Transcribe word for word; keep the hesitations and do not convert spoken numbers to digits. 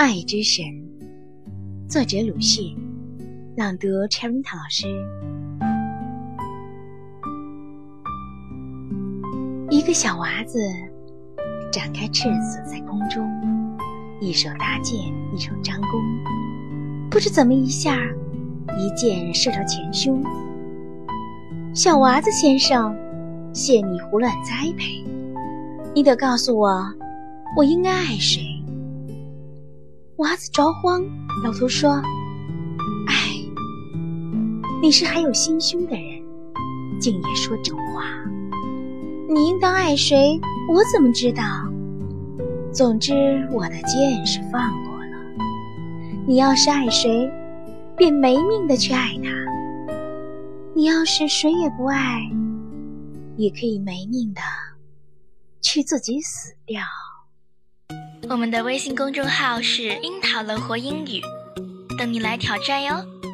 爱之神，作者鲁迅，朗读 Cherita 老师。一个小娃子展开翅子在空中，一手搭箭，一手张弓，不知怎么一下，一箭射着前胸。小娃子先生，谢你胡乱栽培，你得告诉我，我应该爱谁？娃子着慌，老头说：哎，你是还有心胸的人，竟也说这话。你应当爱谁，我怎么知道？总之我的箭是放过了，你要是爱谁，便没命的去爱他，你要是谁也不爱，也可以没命的去自己死掉。 我们的微信公众号是樱桃乐活英语，等你来挑战哟。